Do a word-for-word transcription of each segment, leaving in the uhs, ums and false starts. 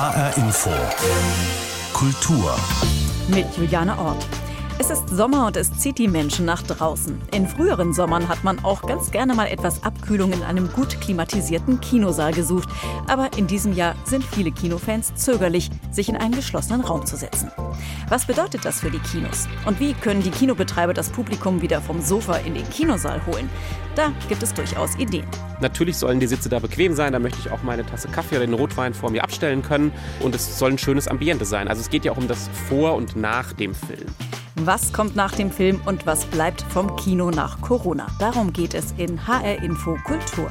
H R Info Kultur mit Juliane Ort. Es ist Sommer und es zieht die Menschen nach draußen. In früheren Sommern hat man auch ganz gerne mal etwas Abkühlung in einem gut klimatisierten Kinosaal gesucht. Aber in diesem Jahr sind viele Kinofans zögerlich, sich in einen geschlossenen Raum zu setzen. Was bedeutet das für die Kinos? Und wie können die Kinobetreiber das Publikum wieder vom Sofa in den Kinosaal holen? Da gibt es durchaus Ideen. Natürlich sollen die Sitze da bequem sein, da möchte ich auch meine Tasse Kaffee oder den Rotwein vor mir abstellen können. Und es soll ein schönes Ambiente sein. Also es geht ja auch um das Vor und Nach dem Film. Was kommt nach dem Film und was bleibt vom Kino nach Corona? Darum geht es in H R Info Kultur.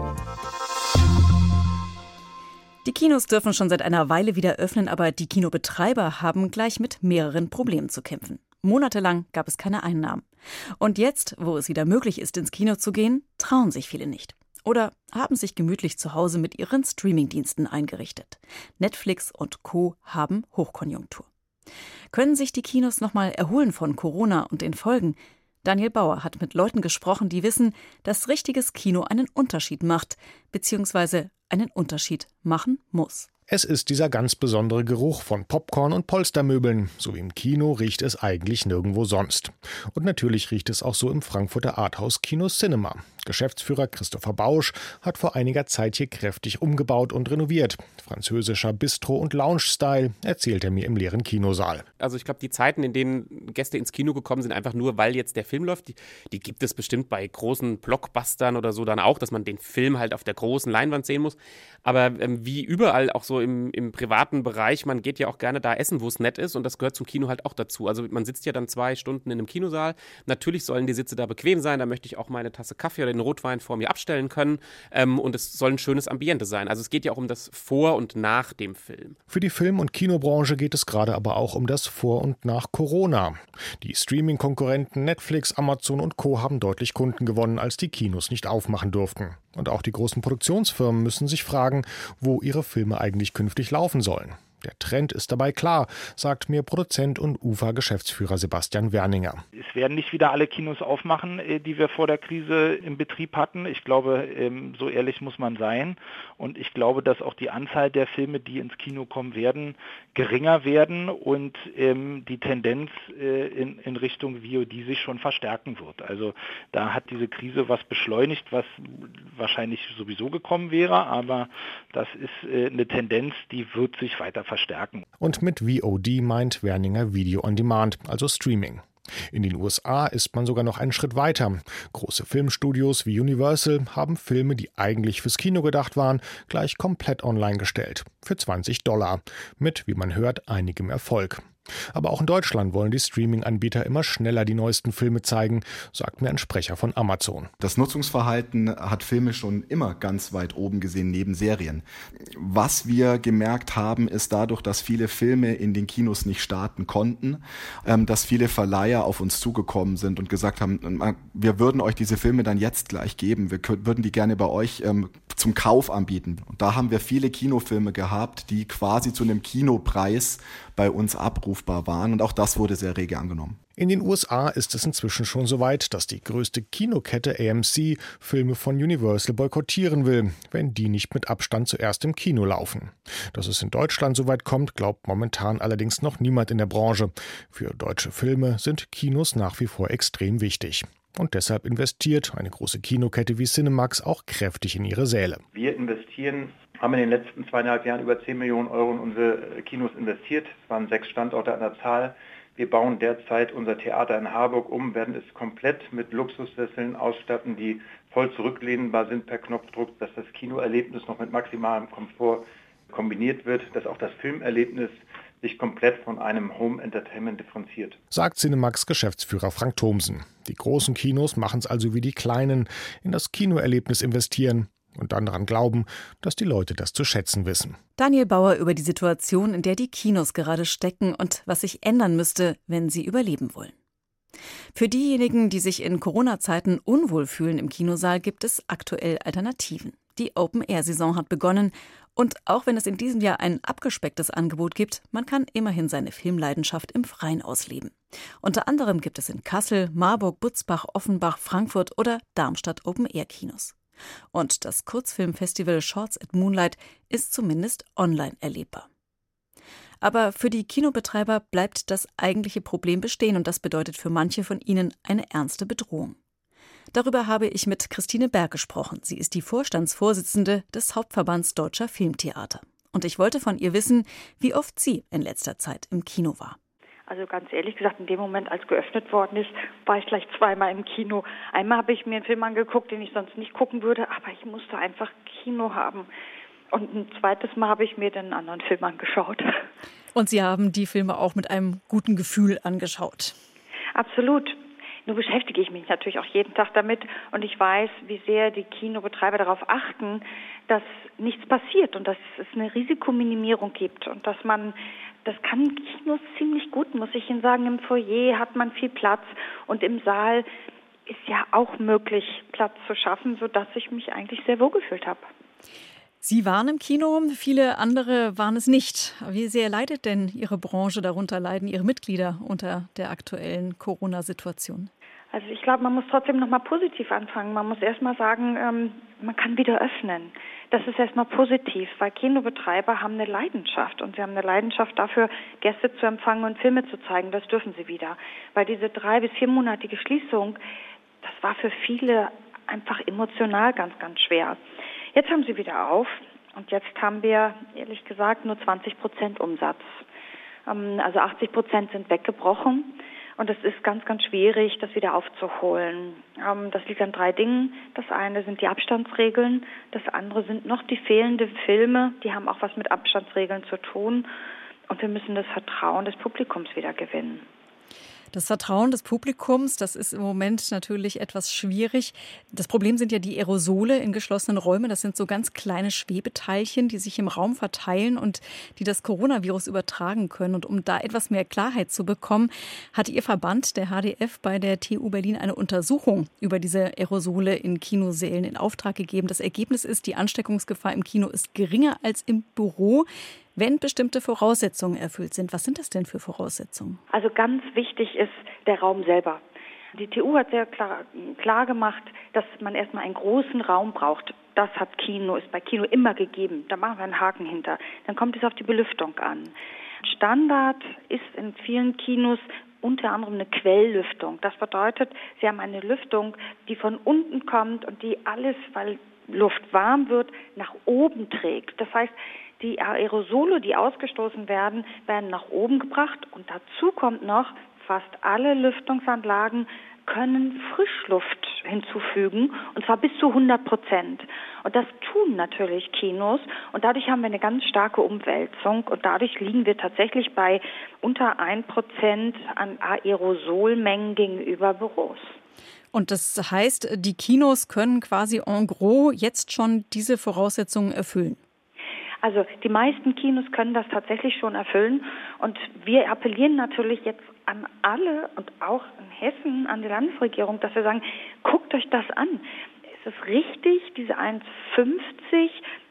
Die Kinos dürfen schon seit einer Weile wieder öffnen, aber die Kinobetreiber haben gleich mit mehreren Problemen zu kämpfen. Monatelang gab es keine Einnahmen. Und jetzt, wo es wieder möglich ist, ins Kino zu gehen, trauen sich viele nicht. Oder haben sich gemütlich zu Hause mit ihren Streamingdiensten eingerichtet. Netflix und Co. haben Hochkonjunktur. Können sich die Kinos nochmal erholen von Corona und den Folgen? Daniel Bauer hat mit Leuten gesprochen, die wissen, dass richtiges Kino einen Unterschied macht, beziehungsweise einen Unterschied machen muss. Es ist dieser ganz besondere Geruch von Popcorn und Polstermöbeln. So wie im Kino riecht es eigentlich nirgendwo sonst. Und natürlich riecht es auch so im Frankfurter Arthouse-Kino Cinema. Geschäftsführer Christopher Bausch hat vor einiger Zeit hier kräftig umgebaut und renoviert. Französischer Bistro- und Lounge-Style, erzählt er mir im leeren Kinosaal. Also ich glaube, die Zeiten, in denen Gäste ins Kino gekommen sind, einfach nur, weil jetzt der Film läuft, die, die gibt es bestimmt bei großen Blockbustern oder so dann auch, dass man den Film halt auf der großen Leinwand sehen muss. Aber ähm, wie überall, auch so im, im privaten Bereich, man geht ja auch gerne da essen, wo es nett ist und das gehört zum Kino halt auch dazu. Also man sitzt ja dann zwei Stunden in einem Kinosaal. Natürlich sollen die Sitze da bequem sein, da möchte ich auch meine Tasse Kaffee oder den Rotwein vor mir abstellen können ähm, und es soll ein schönes Ambiente sein. Also es geht ja auch um das Vor und Nach dem Film. Für die Film- und Kinobranche geht es gerade aber auch um das Vor und Nach Corona. Die Streaming-Konkurrenten Netflix, Amazon und Co. haben deutlich Kunden gewonnen, als die Kinos nicht aufmachen durften. Und auch die großen Produktionsfirmen müssen sich fragen, wo ihre Filme eigentlich künftig laufen sollen. Der Trend ist dabei klar, sagt mir Produzent und U F A-Geschäftsführer Sebastian Werninger. Es werden nicht wieder alle Kinos aufmachen, die wir vor der Krise im Betrieb hatten. Ich glaube, so ehrlich muss man sein. Und ich glaube, dass auch die Anzahl der Filme, die ins Kino kommen werden, geringer werden und die Tendenz in, in Richtung V O D sich schon verstärken wird. Also da hat diese Krise was beschleunigt, was wahrscheinlich sowieso gekommen wäre. Aber das ist eine Tendenz, die wird sich weiter verstärken. Und mit V O D meint Werninger Video on Demand, also Streaming. In den U S A ist man sogar noch einen Schritt weiter. Große Filmstudios wie Universal haben Filme, die eigentlich fürs Kino gedacht waren, gleich komplett online gestellt. Für zwanzig Dollar. Mit, wie man hört, einigem Erfolg. Aber auch in Deutschland wollen die Streaming-Anbieter immer schneller die neuesten Filme zeigen, sagt mir ein Sprecher von Amazon. Das Nutzungsverhalten hat Filme schon immer ganz weit oben gesehen, neben Serien. Was wir gemerkt haben, ist dadurch, dass viele Filme in den Kinos nicht starten konnten, dass viele Verleiher auf uns zugekommen sind und gesagt haben, wir würden euch diese Filme dann jetzt gleich geben, wir würden die gerne bei euch zum Kauf anbieten. Und da haben wir viele Kinofilme gehabt, die quasi zu einem Kinopreis bei uns abrufbar waren. Und auch das wurde sehr rege angenommen. In den U S A ist es inzwischen schon so weit, dass die größte Kinokette A M C Filme von Universal boykottieren will, wenn die nicht mit Abstand zuerst im Kino laufen. Dass es in Deutschland so weit kommt, glaubt momentan allerdings noch niemand in der Branche. Für deutsche Filme sind Kinos nach wie vor extrem wichtig. Und deshalb investiert eine große Kinokette wie Cinemax auch kräftig in ihre Säle. Wir investieren, haben in den letzten zweieinhalb Jahren über zehn Millionen Euro in unsere Kinos investiert. Es waren sechs Standorte an der Zahl. Wir bauen derzeit unser Theater in Harburg um, werden es komplett mit Luxussesseln ausstatten, die voll zurücklehnbar sind per Knopfdruck, dass das Kinoerlebnis noch mit maximalem Komfort kombiniert wird, dass auch das Filmerlebnis sich komplett von einem Home Entertainment differenziert. Sagt Cinemax-Geschäftsführer Frank Thomsen. Die großen Kinos machen es also wie die kleinen, in das Kinoerlebnis investieren und dann daran glauben, dass die Leute das zu schätzen wissen. Daniel Bauer über die Situation, in der die Kinos gerade stecken und was sich ändern müsste, wenn sie überleben wollen. Für diejenigen, die sich in Corona-Zeiten unwohl fühlen im Kinosaal, gibt es aktuell Alternativen. Die Open-Air-Saison hat begonnen und auch wenn es in diesem Jahr ein abgespecktes Angebot gibt, man kann immerhin seine Filmleidenschaft im Freien ausleben. Unter anderem gibt es in Kassel, Marburg, Butzbach, Offenbach, Frankfurt oder Darmstadt Open-Air-Kinos. Und das Kurzfilmfestival Shorts at Moonlight ist zumindest online erlebbar. Aber für die Kinobetreiber bleibt das eigentliche Problem bestehen und das bedeutet für manche von ihnen eine ernste Bedrohung. Darüber habe ich mit Christine Berg gesprochen. Sie ist die Vorstandsvorsitzende des Hauptverbands Deutscher Filmtheater. Und ich wollte von ihr wissen, wie oft sie in letzter Zeit im Kino war. Also ganz ehrlich gesagt, in dem Moment, als geöffnet worden ist, war ich gleich zweimal im Kino. Einmal habe ich mir einen Film angeguckt, den ich sonst nicht gucken würde, aber ich musste einfach Kino haben. Und ein zweites Mal habe ich mir den anderen Film angeschaut. Und Sie haben die Filme auch mit einem guten Gefühl angeschaut? Absolut. Nur beschäftige ich mich natürlich auch jeden Tag damit und ich weiß, wie sehr die Kinobetreiber darauf achten, dass nichts passiert und dass es eine Risikominimierung gibt und dass man, das kann Kinos ziemlich gut, muss ich Ihnen sagen, im Foyer hat man viel Platz und im Saal ist ja auch möglich, Platz zu schaffen, sodass ich mich eigentlich sehr wohl gefühlt habe. Sie waren im Kino, viele andere waren es nicht. Wie sehr leidet denn Ihre Branche darunter, leiden Ihre Mitglieder unter der aktuellen Corona-Situation? Also ich glaube, man muss trotzdem noch mal positiv anfangen. Man muss erst mal sagen, ähm, man kann wieder öffnen. Das ist erstmal positiv, weil Kinobetreiber haben eine Leidenschaft und sie haben eine Leidenschaft dafür, Gäste zu empfangen und Filme zu zeigen. Das dürfen sie wieder. Weil diese drei- bis viermonatige Schließung, das war für viele einfach emotional ganz, ganz schwer. Jetzt haben sie wieder auf und jetzt haben wir, ehrlich gesagt, nur zwanzig Prozent Umsatz. Also achtzig Prozent sind weggebrochen und es ist ganz, ganz schwierig, das wieder aufzuholen. Das liegt an drei Dingen. Das eine sind die Abstandsregeln, das andere sind noch die fehlenden Filme, die haben auch was mit Abstandsregeln zu tun und wir müssen das Vertrauen des Publikums wieder gewinnen. Das Vertrauen des Publikums, das ist im Moment natürlich etwas schwierig. Das Problem sind ja die Aerosole in geschlossenen Räumen. Das sind so ganz kleine Schwebeteilchen, die sich im Raum verteilen und die das Coronavirus übertragen können. Und um da etwas mehr Klarheit zu bekommen, hat Ihr Verband, der H D F, bei der T U Berlin eine Untersuchung über diese Aerosole in Kinosälen in Auftrag gegeben. Das Ergebnis ist, die Ansteckungsgefahr im Kino ist geringer als im Büro, wenn bestimmte Voraussetzungen erfüllt sind. Was sind das denn für Voraussetzungen? Also ganz wichtig ist der Raum selber. Die T U hat sehr klar, klar gemacht, dass man erstmal einen großen Raum braucht. Das hat Kino, ist bei Kino immer gegeben. Da machen wir einen Haken hinter. Dann kommt es auf die Belüftung an. Standard ist in vielen Kinos unter anderem eine Quelllüftung. Das bedeutet, Sie haben eine Lüftung, die von unten kommt und die alles, weil Luft warm wird, nach oben trägt. Das heißt, die Aerosole, die ausgestoßen werden, werden nach oben gebracht und dazu kommt noch, fast alle Lüftungsanlagen können Frischluft hinzufügen und zwar bis zu hundert Prozent. Und das tun natürlich Kinos und dadurch haben wir eine ganz starke Umwälzung und dadurch liegen wir tatsächlich bei unter ein Prozent an Aerosolmengen gegenüber Büros. Und das heißt, die Kinos können quasi en gros jetzt schon diese Voraussetzungen erfüllen? Also die meisten Kinos können das tatsächlich schon erfüllen und wir appellieren natürlich jetzt an alle und auch in Hessen an die Landesregierung, dass wir sagen, guckt euch das an. Es ist richtig, diese eins Komma fünfzig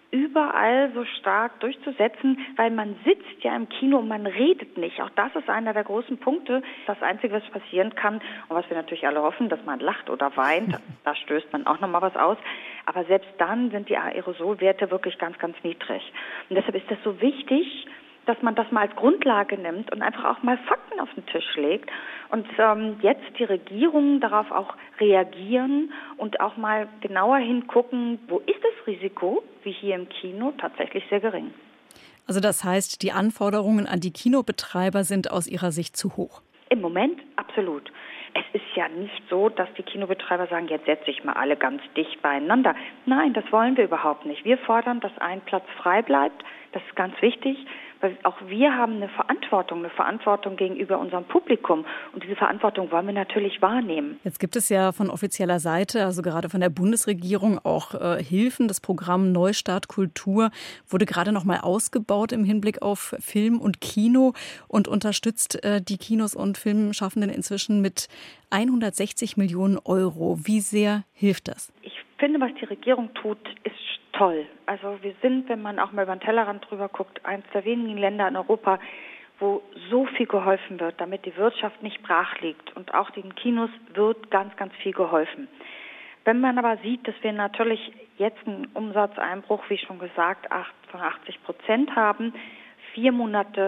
überall so stark durchzusetzen, weil man sitzt ja im Kino und man redet nicht. Auch das ist einer der großen Punkte. Das Einzige, was passieren kann und was wir natürlich alle hoffen, dass man lacht oder weint, da stößt man auch nochmal was aus. Aber selbst dann sind die Aerosolwerte wirklich ganz, ganz niedrig. Und deshalb ist das so wichtig, dass man das mal als Grundlage nimmt und einfach auch mal Fakten auf den Tisch legt und ähm, jetzt die Regierungen darauf auch reagieren und auch mal genauer hingucken, wo ist das Risiko, wie hier im Kino, tatsächlich sehr gering. Also das heißt, die Anforderungen an die Kinobetreiber sind aus Ihrer Sicht zu hoch? Im Moment absolut. Es ist ja nicht so, dass die Kinobetreiber sagen, jetzt setze ich mal alle ganz dicht beieinander. Nein, das wollen wir überhaupt nicht. Wir fordern, dass ein Platz frei bleibt. Das ist ganz wichtig, weil auch wir haben eine Verantwortung, eine Verantwortung gegenüber unserem Publikum. Und diese Verantwortung wollen wir natürlich wahrnehmen. Jetzt gibt es ja von offizieller Seite, also gerade von der Bundesregierung, auch äh, Hilfen. Das Programm Neustart Kultur wurde gerade noch mal ausgebaut im Hinblick auf Film und Kino und unterstützt äh, die Kinos und Filmschaffenden inzwischen mit hundertsechzig Millionen Euro. Wie sehr hilft das? Ich finde, was die Regierung tut, ist toll. Also wir sind, wenn man auch mal über den Tellerrand drüber guckt, eines der wenigen Länder in Europa, wo so viel geholfen wird, damit die Wirtschaft nicht brach liegt. Und auch den Kinos wird ganz, ganz viel geholfen. Wenn man aber sieht, dass wir natürlich jetzt einen Umsatzeinbruch, wie schon gesagt, von achtzig Prozent haben, vier Monate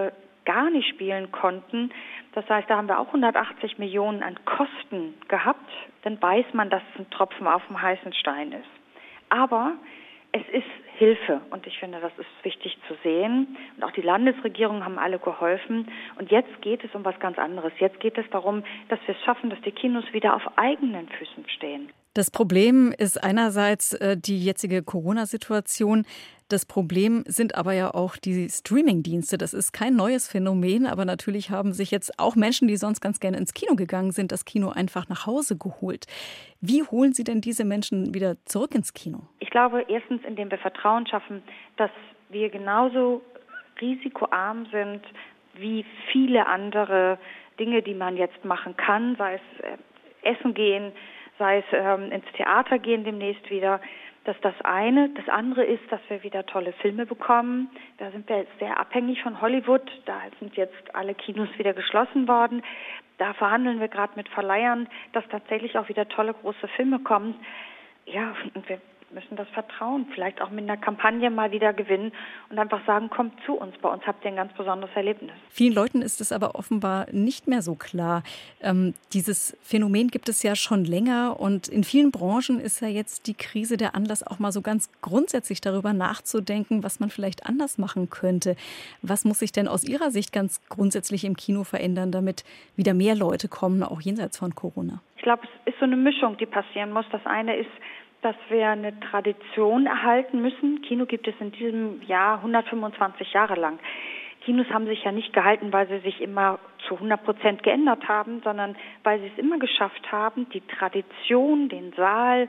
gar nicht spielen konnten, das heißt, da haben wir auch hundertachtzig Millionen an Kosten gehabt, dann weiß man, dass es ein Tropfen auf dem heißen Stein ist. Aber es ist Hilfe und ich finde, das ist wichtig zu sehen. Und auch die Landesregierungen haben alle geholfen. Und jetzt geht es um was ganz anderes. Jetzt geht es darum, dass wir es schaffen, dass die Kinos wieder auf eigenen Füßen stehen. Das Problem ist einerseits äh, die jetzige Corona-Situation. Das Problem sind aber ja auch die Streaming-Dienste. Das ist kein neues Phänomen, aber natürlich haben sich jetzt auch Menschen, die sonst ganz gerne ins Kino gegangen sind, das Kino einfach nach Hause geholt. Wie holen Sie denn diese Menschen wieder zurück ins Kino? Ich glaube, erstens, indem wir Vertrauen schaffen, dass wir genauso risikoarm sind wie viele andere Dinge, die man jetzt machen kann, sei es äh, essen gehen, sei es ähm, ins Theater gehen demnächst wieder. Das ist das eine. Das andere ist, dass wir wieder tolle Filme bekommen. Da sind wir jetzt sehr abhängig von Hollywood. Da sind jetzt alle Kinos wieder geschlossen worden. Da verhandeln wir gerade mit Verleihern, dass tatsächlich auch wieder tolle große Filme kommen. Ja, und wir müssen das Vertrauen vielleicht auch mit einer Kampagne mal wieder gewinnen und einfach sagen, kommt zu uns, bei uns habt ihr ein ganz besonderes Erlebnis. Vielen Leuten ist es aber offenbar nicht mehr so klar. Ähm, dieses Phänomen gibt es ja schon länger und in vielen Branchen ist ja jetzt die Krise der Anlass, auch mal so ganz grundsätzlich darüber nachzudenken, was man vielleicht anders machen könnte. Was muss sich denn aus Ihrer Sicht ganz grundsätzlich im Kino verändern, damit wieder mehr Leute kommen, auch jenseits von Corona? Ich glaube, es ist so eine Mischung, die passieren muss. Das eine ist, dass wir eine Tradition erhalten müssen. Kino gibt es in diesem Jahr hundertfünfundzwanzig Jahre lang. Kinos haben sich ja nicht gehalten, weil sie sich immer zu hundert Prozent geändert haben, sondern weil sie es immer geschafft haben, die Tradition, den Saal,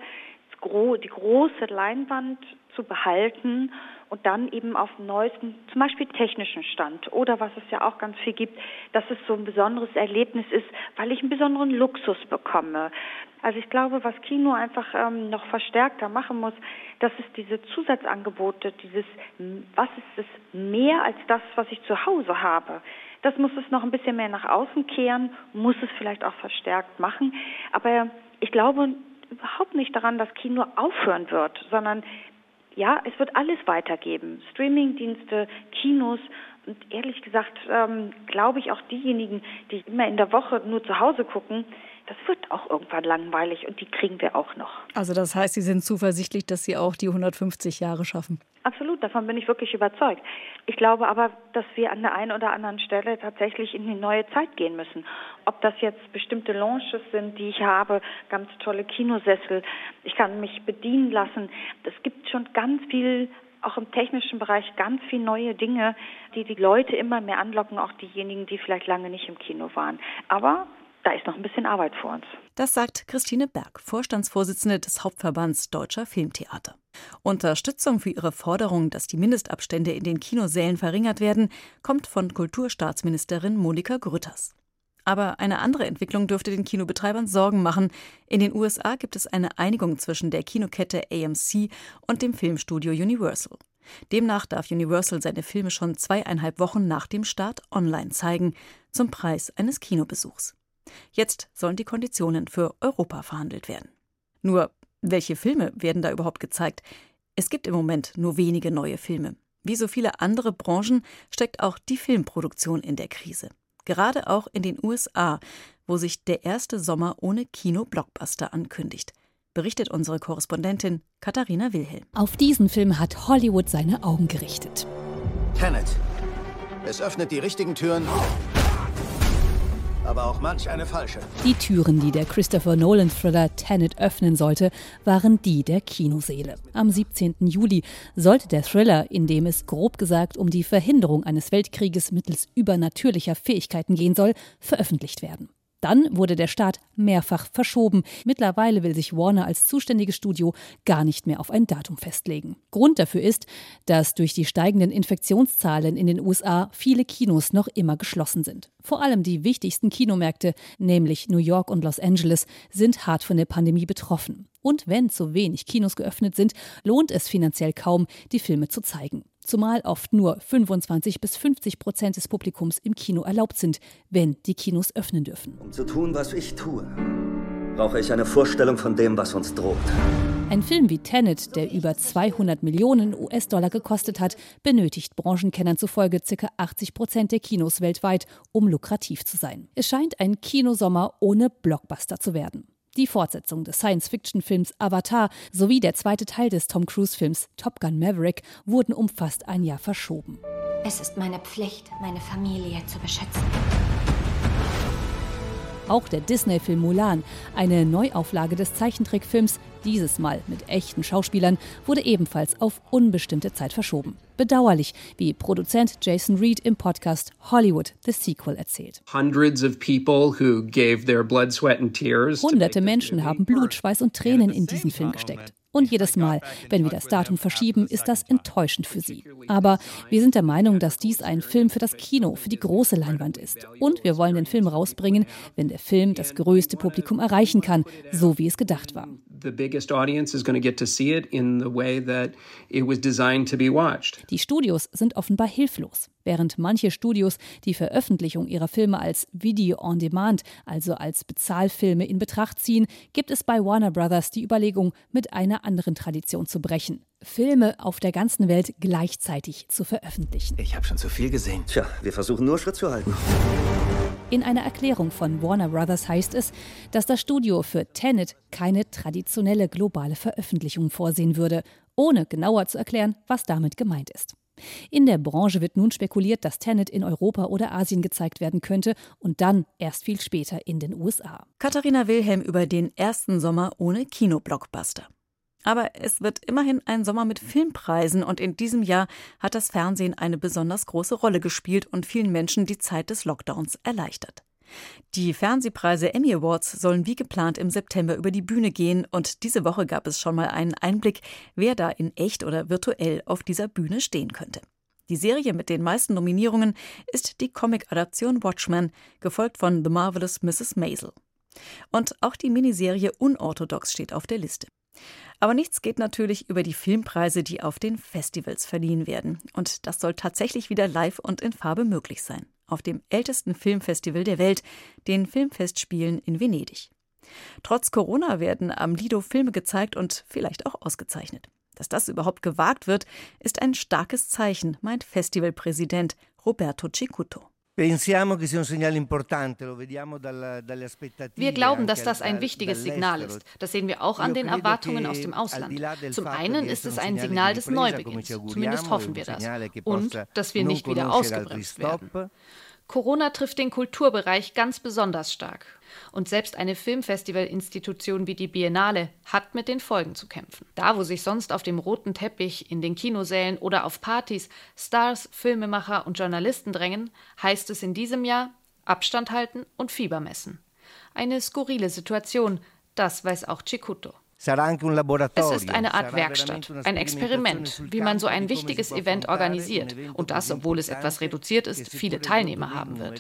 die große Leinwand zu behalten und dann eben auf dem neuesten, zum Beispiel technischen Stand oder was es ja auch ganz viel gibt, dass es so ein besonderes Erlebnis ist, weil ich einen besonderen Luxus bekomme. Also ich glaube, was Kino einfach ähm, noch verstärkter machen muss, dass es diese Zusatzangebote, dieses, was ist es mehr als das, was ich zu Hause habe, das muss es noch ein bisschen mehr nach außen kehren, muss es vielleicht auch verstärkt machen. Aber ich glaube überhaupt nicht daran, dass Kino aufhören wird, sondern ja, es wird alles weitergeben. Streamingdienste, Kinos und ehrlich gesagt ähm, glaube ich auch diejenigen, die immer in der Woche nur zu Hause gucken, das wird auch irgendwann langweilig und die kriegen wir auch noch. Also das heißt, Sie sind zuversichtlich, dass Sie auch die hundertfünfzig Jahre schaffen? Absolut, davon bin ich wirklich überzeugt. Ich glaube aber, dass wir an der einen oder anderen Stelle tatsächlich in die neue Zeit gehen müssen. Ob das jetzt bestimmte Lounges sind, die ich habe, ganz tolle Kinosessel, ich kann mich bedienen lassen. Es gibt schon ganz viel, auch im technischen Bereich, ganz viele neue Dinge, die die Leute immer mehr anlocken, auch diejenigen, die vielleicht lange nicht im Kino waren. Aber da ist noch ein bisschen Arbeit vor uns. Das sagt Christine Berg, Vorstandsvorsitzende des Hauptverbands Deutscher Filmtheater. Unterstützung für ihre Forderung, dass die Mindestabstände in den Kinosälen verringert werden, kommt von Kulturstaatsministerin Monika Grütters. Aber eine andere Entwicklung dürfte den Kinobetreibern Sorgen machen. In den U S A gibt es eine Einigung zwischen der Kinokette A M C und dem Filmstudio Universal. Demnach darf Universal seine Filme schon zweieinhalb Wochen nach dem Start online zeigen, zum Preis eines Kinobesuchs. Jetzt sollen die Konditionen für Europa verhandelt werden. Nur, welche Filme werden da überhaupt gezeigt? Es gibt im Moment nur wenige neue Filme. Wie so viele andere Branchen steckt auch die Filmproduktion in der Krise. Gerade auch in den U S A, wo sich der erste Sommer ohne Kino-Blockbuster ankündigt, berichtet unsere Korrespondentin Katharina Wilhelm. Auf diesen Film hat Hollywood seine Augen gerichtet. Tenet. Es öffnet die richtigen Türen, aber auch manch eine falsche. Die Türen, die der Christopher Nolan-Thriller Tenet öffnen sollte, waren die der Kinosäle. Am siebzehnten Juli sollte der Thriller, in dem es grob gesagt um die Verhinderung eines Weltkrieges mittels übernatürlicher Fähigkeiten gehen soll, veröffentlicht werden. Dann wurde der Start mehrfach verschoben. Mittlerweile will sich Warner als zuständiges Studio gar nicht mehr auf ein Datum festlegen. Grund dafür ist, dass durch die steigenden Infektionszahlen in den U S A viele Kinos noch immer geschlossen sind. Vor allem die wichtigsten Kinomärkte, nämlich New York und Los Angeles, sind hart von der Pandemie betroffen. Und wenn zu wenig Kinos geöffnet sind, lohnt es finanziell kaum, die Filme zu zeigen. Zumal oft nur fünfundzwanzig bis fünfzig Prozent des Publikums im Kino erlaubt sind, wenn die Kinos öffnen dürfen. Um zu tun, was ich tue, brauche ich eine Vorstellung von dem, was uns droht. Ein Film wie Tenet, der über zweihundert Millionen U S-Dollar gekostet hat, benötigt Branchenkennern zufolge ca. achtzig Prozent der Kinos weltweit, um lukrativ zu sein. Es scheint ein Kinosommer ohne Blockbuster zu werden. Die Fortsetzung des Science-Fiction-Films Avatar sowie der zweite Teil des Tom Cruise-Films Top Gun Maverick wurden um fast ein Jahr verschoben. Es ist meine Pflicht, meine Familie zu beschützen. Auch der Disney-Film Mulan, eine Neuauflage des Zeichentrickfilms, dieses Mal mit echten Schauspielern, wurde ebenfalls auf unbestimmte Zeit verschoben. Bedauerlich, wie Produzent Jason Reed im Podcast Hollywood The Sequel erzählt. Hunderte Menschen haben Blut, Schweiß und Tränen in diesen Film gesteckt. Und jedes Mal, wenn wir das Datum verschieben, ist das enttäuschend für sie. Aber wir sind der Meinung, dass dies ein Film für das Kino, für die große Leinwand ist. Und wir wollen den Film rausbringen, wenn der Film das größte Publikum erreichen kann, so wie es gedacht war. Die Studios sind offenbar hilflos. Während manche Studios die Veröffentlichung ihrer Filme als Video on Demand, also als Bezahlfilme, in Betracht ziehen, gibt es bei Warner Brothers die Überlegung, mit einer anderen Tradition zu brechen. Filme auf der ganzen Welt gleichzeitig zu veröffentlichen. Ich habe schon zu viel gesehen. Tja, wir versuchen nur Schritt zu halten. In einer Erklärung von Warner Brothers heißt es, dass das Studio für Tenet keine traditionelle globale Veröffentlichung vorsehen würde, ohne genauer zu erklären, was damit gemeint ist. In der Branche wird nun spekuliert, dass Tenet in Europa oder Asien gezeigt werden könnte und dann erst viel später in den U S A. Katharina Wilhelm über den ersten Sommer ohne Kinoblockbuster. Aber es wird immerhin ein Sommer mit Filmpreisen und in diesem Jahr hat das Fernsehen eine besonders große Rolle gespielt und vielen Menschen die Zeit des Lockdowns erleichtert. Die Fernsehpreise Emmy Awards sollen wie geplant im September über die Bühne gehen und diese Woche gab es schon mal einen Einblick, wer da in echt oder virtuell auf dieser Bühne stehen könnte. Die Serie mit den meisten Nominierungen ist die Comic-Adaption Watchmen, gefolgt von The Marvelous Misses Maisel. Und auch die Miniserie Unorthodox steht auf der Liste. Aber nichts geht natürlich über die Filmpreise, die auf den Festivals verliehen werden. Und das soll tatsächlich wieder live und in Farbe möglich sein. Auf dem ältesten Filmfestival der Welt, den Filmfestspielen in Venedig. Trotz Corona werden am Lido Filme gezeigt und vielleicht auch ausgezeichnet. Dass das überhaupt gewagt wird, ist ein starkes Zeichen, meint Festivalpräsident Roberto Cicutto. Wir glauben, dass das ein wichtiges Signal ist. Das sehen wir auch an den Erwartungen aus dem Ausland. Zum einen ist es ein Signal des Neubeginns, zumindest hoffen wir das, und dass wir nicht wieder ausgebremst werden. Corona trifft den Kulturbereich ganz besonders stark. Und selbst eine Filmfestivalinstitution wie die Biennale hat mit den Folgen zu kämpfen. Da, wo sich sonst auf dem roten Teppich, in den Kinosälen oder auf Partys Stars, Filmemacher und Journalisten drängen, heißt es in diesem Jahr Abstand halten und Fieber messen. Eine skurrile Situation, das weiß auch Cicutto. Es ist eine Art Werkstatt, ein Experiment, wie man so ein wichtiges Event organisiert und das, obwohl es etwas reduziert ist, viele Teilnehmer haben wird.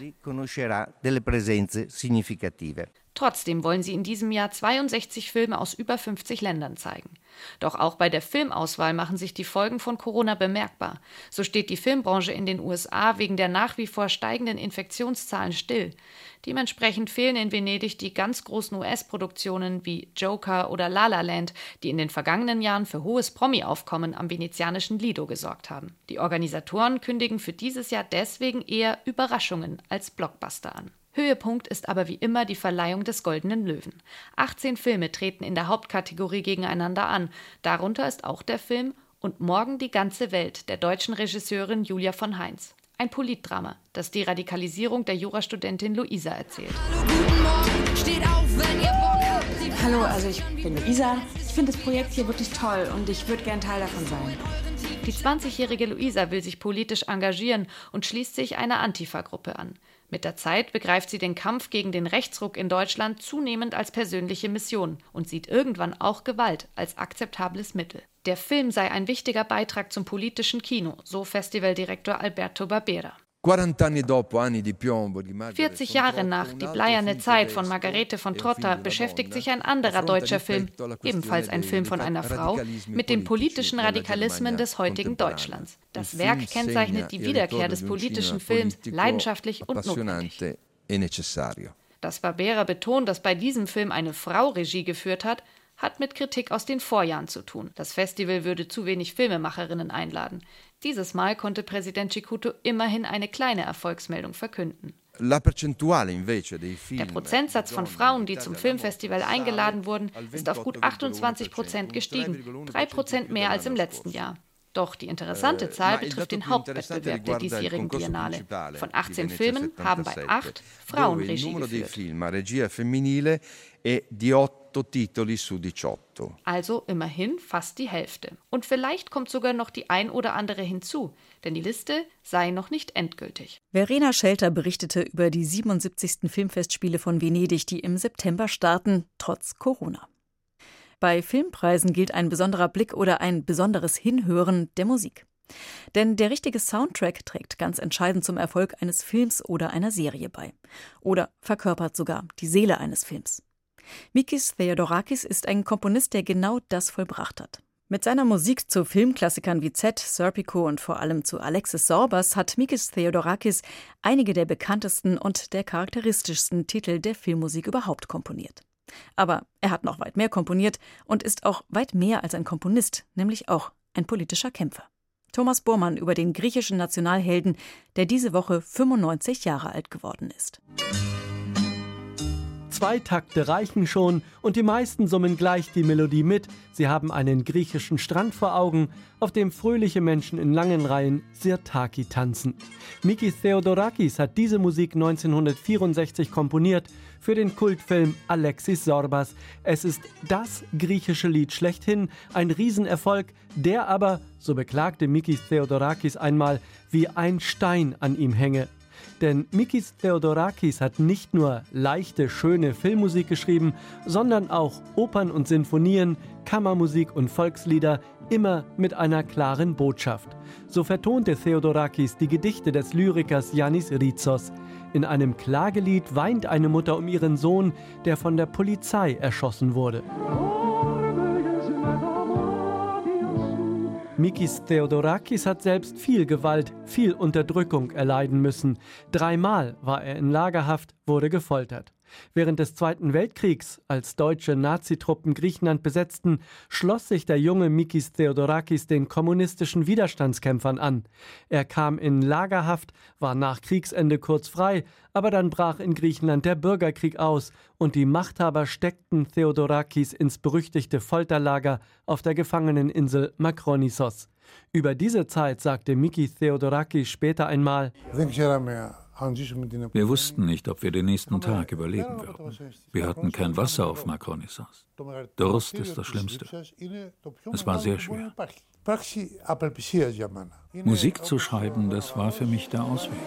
Trotzdem wollen sie in diesem Jahr zweiundsechzig Filme aus über fünfzig Ländern zeigen. Doch auch bei der Filmauswahl machen sich die Folgen von Corona bemerkbar. So steht die Filmbranche in den U S A wegen der nach wie vor steigenden Infektionszahlen still. Dementsprechend fehlen in Venedig die ganz großen U S-Produktionen wie Joker oder La La Land, die in den vergangenen Jahren für hohes Promi-Aufkommen am venezianischen Lido gesorgt haben. Die Organisatoren kündigen für dieses Jahr deswegen eher Überraschungen als Blockbuster an. Höhepunkt ist aber wie immer die Verleihung des Goldenen Löwen. achtzehn Filme treten in der Hauptkategorie gegeneinander an. Darunter ist auch der Film Und morgen die ganze Welt der deutschen Regisseurin Julia von Heinz. Ein Politdrama, das die Radikalisierung der Jurastudentin Luisa erzählt. Hallo, guten Morgen. Steht auf, wenn ihr Bock habt. Hallo, also ich bin Luisa. Ich finde das Projekt hier wirklich toll und ich würde gern Teil davon sein. Die zwanzigjährige Luisa will sich politisch engagieren und schließt sich einer Antifa-Gruppe an. Mit der Zeit begreift sie den Kampf gegen den Rechtsruck in Deutschland zunehmend als persönliche Mission und sieht irgendwann auch Gewalt als akzeptables Mittel. Der Film sei ein wichtiger Beitrag zum politischen Kino, so Festivaldirektor Alberto Barbera. vierzig Jahre nach Die bleierne Zeit von Margarete von Trotta beschäftigt sich ein anderer deutscher Film, ebenfalls ein Film von einer Frau, mit den politischen Radikalismen des heutigen Deutschlands. Das Werk kennzeichnet die Wiederkehr des politischen Films leidenschaftlich und notwendig. Dass Barbera betont, dass bei diesem Film eine Frau Regie geführt hat, hat mit Kritik aus den Vorjahren zu tun. Das Festival würde zu wenig Filmemacherinnen einladen. Dieses Mal konnte Präsident Cikuto immerhin eine kleine Erfolgsmeldung verkünden. Der Prozentsatz von Frauen, die zum Filmfestival eingeladen wurden, ist auf gut achtundzwanzig Prozent gestiegen, drei Prozent mehr als im letzten Jahr. Doch die interessante Zahl betrifft den Hauptwettbewerb der diesjährigen Biennale. Von achtzehn Filmen haben bei acht Frauen Regie geführt. Also immerhin fast die Hälfte. Und vielleicht kommt sogar noch die ein oder andere hinzu, denn die Liste sei noch nicht endgültig. Verena Schelter berichtete über die siebenundsiebzigsten Filmfestspiele von Venedig, die im September starten, trotz Corona. Bei Filmpreisen gilt ein besonderer Blick oder ein besonderes Hinhören der Musik. Denn der richtige Soundtrack trägt ganz entscheidend zum Erfolg eines Films oder einer Serie bei. Oder verkörpert sogar die Seele eines Films. Mikis Theodorakis ist ein Komponist, der genau das vollbracht hat. Mit seiner Musik zu Filmklassikern wie Z, Serpico und vor allem zu Alexis Sorbas hat Mikis Theodorakis einige der bekanntesten und der charakteristischsten Titel der Filmmusik überhaupt komponiert. Aber er hat noch weit mehr komponiert und ist auch weit mehr als ein Komponist, nämlich auch ein politischer Kämpfer. Thomas Bormann über den griechischen Nationalhelden, der diese Woche fünfundneunzig Jahre alt geworden ist. Zwei Takte reichen schon und die meisten summen gleich die Melodie mit. Sie haben einen griechischen Strand vor Augen, auf dem fröhliche Menschen in langen Reihen Sirtaki tanzen. Mikis Theodorakis hat diese Musik neunzehnhundertvierundsechzig komponiert für den Kultfilm Alexis Sorbas. Es ist das griechische Lied schlechthin, ein Riesenerfolg, der aber, so beklagte Mikis Theodorakis einmal, wie ein Stein an ihm hänge. Denn Mikis Theodorakis hat nicht nur leichte, schöne Filmmusik geschrieben, sondern auch Opern und Sinfonien, Kammermusik und Volkslieder, immer mit einer klaren Botschaft. So vertonte Theodorakis die Gedichte des Lyrikers Yannis Ritsos. In einem Klagelied weint eine Mutter um ihren Sohn, der von der Polizei erschossen wurde. Mikis Theodorakis hat selbst viel Gewalt, viel Unterdrückung erleiden müssen. Dreimal war er in Lagerhaft, wurde gefoltert. Während des Zweiten Weltkriegs, als deutsche Nazitruppen Griechenland besetzten, schloss sich der junge Mikis Theodorakis den kommunistischen Widerstandskämpfern an. Er kam in Lagerhaft, war nach Kriegsende kurz frei, aber dann brach in Griechenland der Bürgerkrieg aus und die Machthaber steckten Theodorakis ins berüchtigte Folterlager auf der Gefangeneninsel Makronissos. Über diese Zeit sagte Mikis Theodorakis später einmal: Wir wussten nicht, ob wir den nächsten Tag überleben würden. Wir hatten kein Wasser auf Makronissos. Durst ist das Schlimmste. Es war sehr schwer. Musik zu schreiben, das war für mich der Ausweg.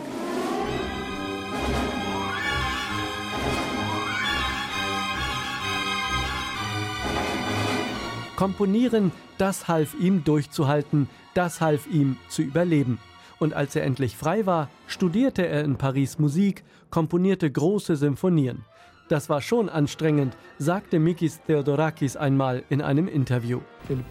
Komponieren, das half ihm durchzuhalten, das half ihm zu überleben. Und als er endlich frei war, studierte er in Paris Musik, komponierte große Symphonien. Das war schon anstrengend, sagte Mikis Theodorakis einmal in einem Interview.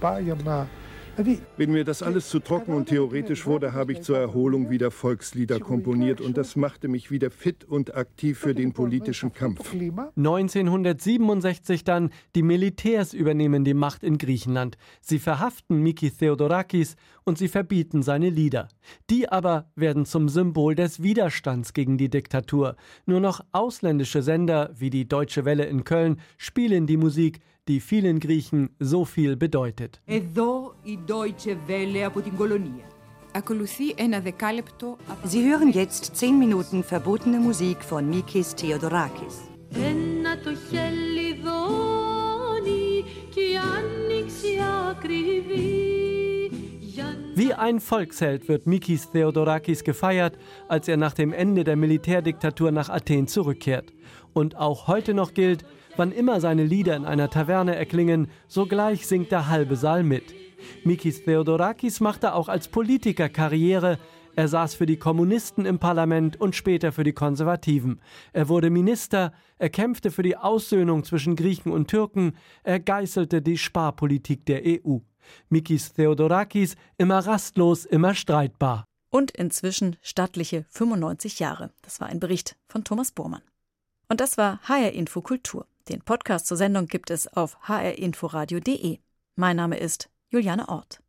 Wenn mir das alles zu trocken und theoretisch wurde, habe ich zur Erholung wieder Volkslieder komponiert und das machte mich wieder fit und aktiv für den politischen Kampf. neunzehnhundertsiebenundsechzig dann, die Militärs übernehmen die Macht in Griechenland. Sie verhaften Mikis Theodorakis und sie verbieten seine Lieder. Die aber werden zum Symbol des Widerstands gegen die Diktatur. Nur noch ausländische Sender wie die Deutsche Welle in Köln spielen die Musik, die vielen Griechen so viel bedeutet. Sie hören jetzt zehn Minuten verbotene Musik von Mikis Theodorakis. Wie ein Volksheld wird Mikis Theodorakis gefeiert, als er nach dem Ende der Militärdiktatur nach Athen zurückkehrt. Und auch heute noch gilt: Wann immer seine Lieder in einer Taverne erklingen, sogleich singt der halbe Saal mit. Mikis Theodorakis machte auch als Politiker Karriere. Er saß für die Kommunisten im Parlament und später für die Konservativen. Er wurde Minister, er kämpfte für die Aussöhnung zwischen Griechen und Türken, er geißelte die Sparpolitik der E U. Mikis Theodorakis immer rastlos, immer streitbar. Und inzwischen stattliche fünfundneunzig Jahre. Das war ein Bericht von Thomas Bormann. Und das war H R Info Kultur. Den Podcast zur Sendung gibt es auf h r inforadio punkt d e. Mein Name ist Juliane Ort.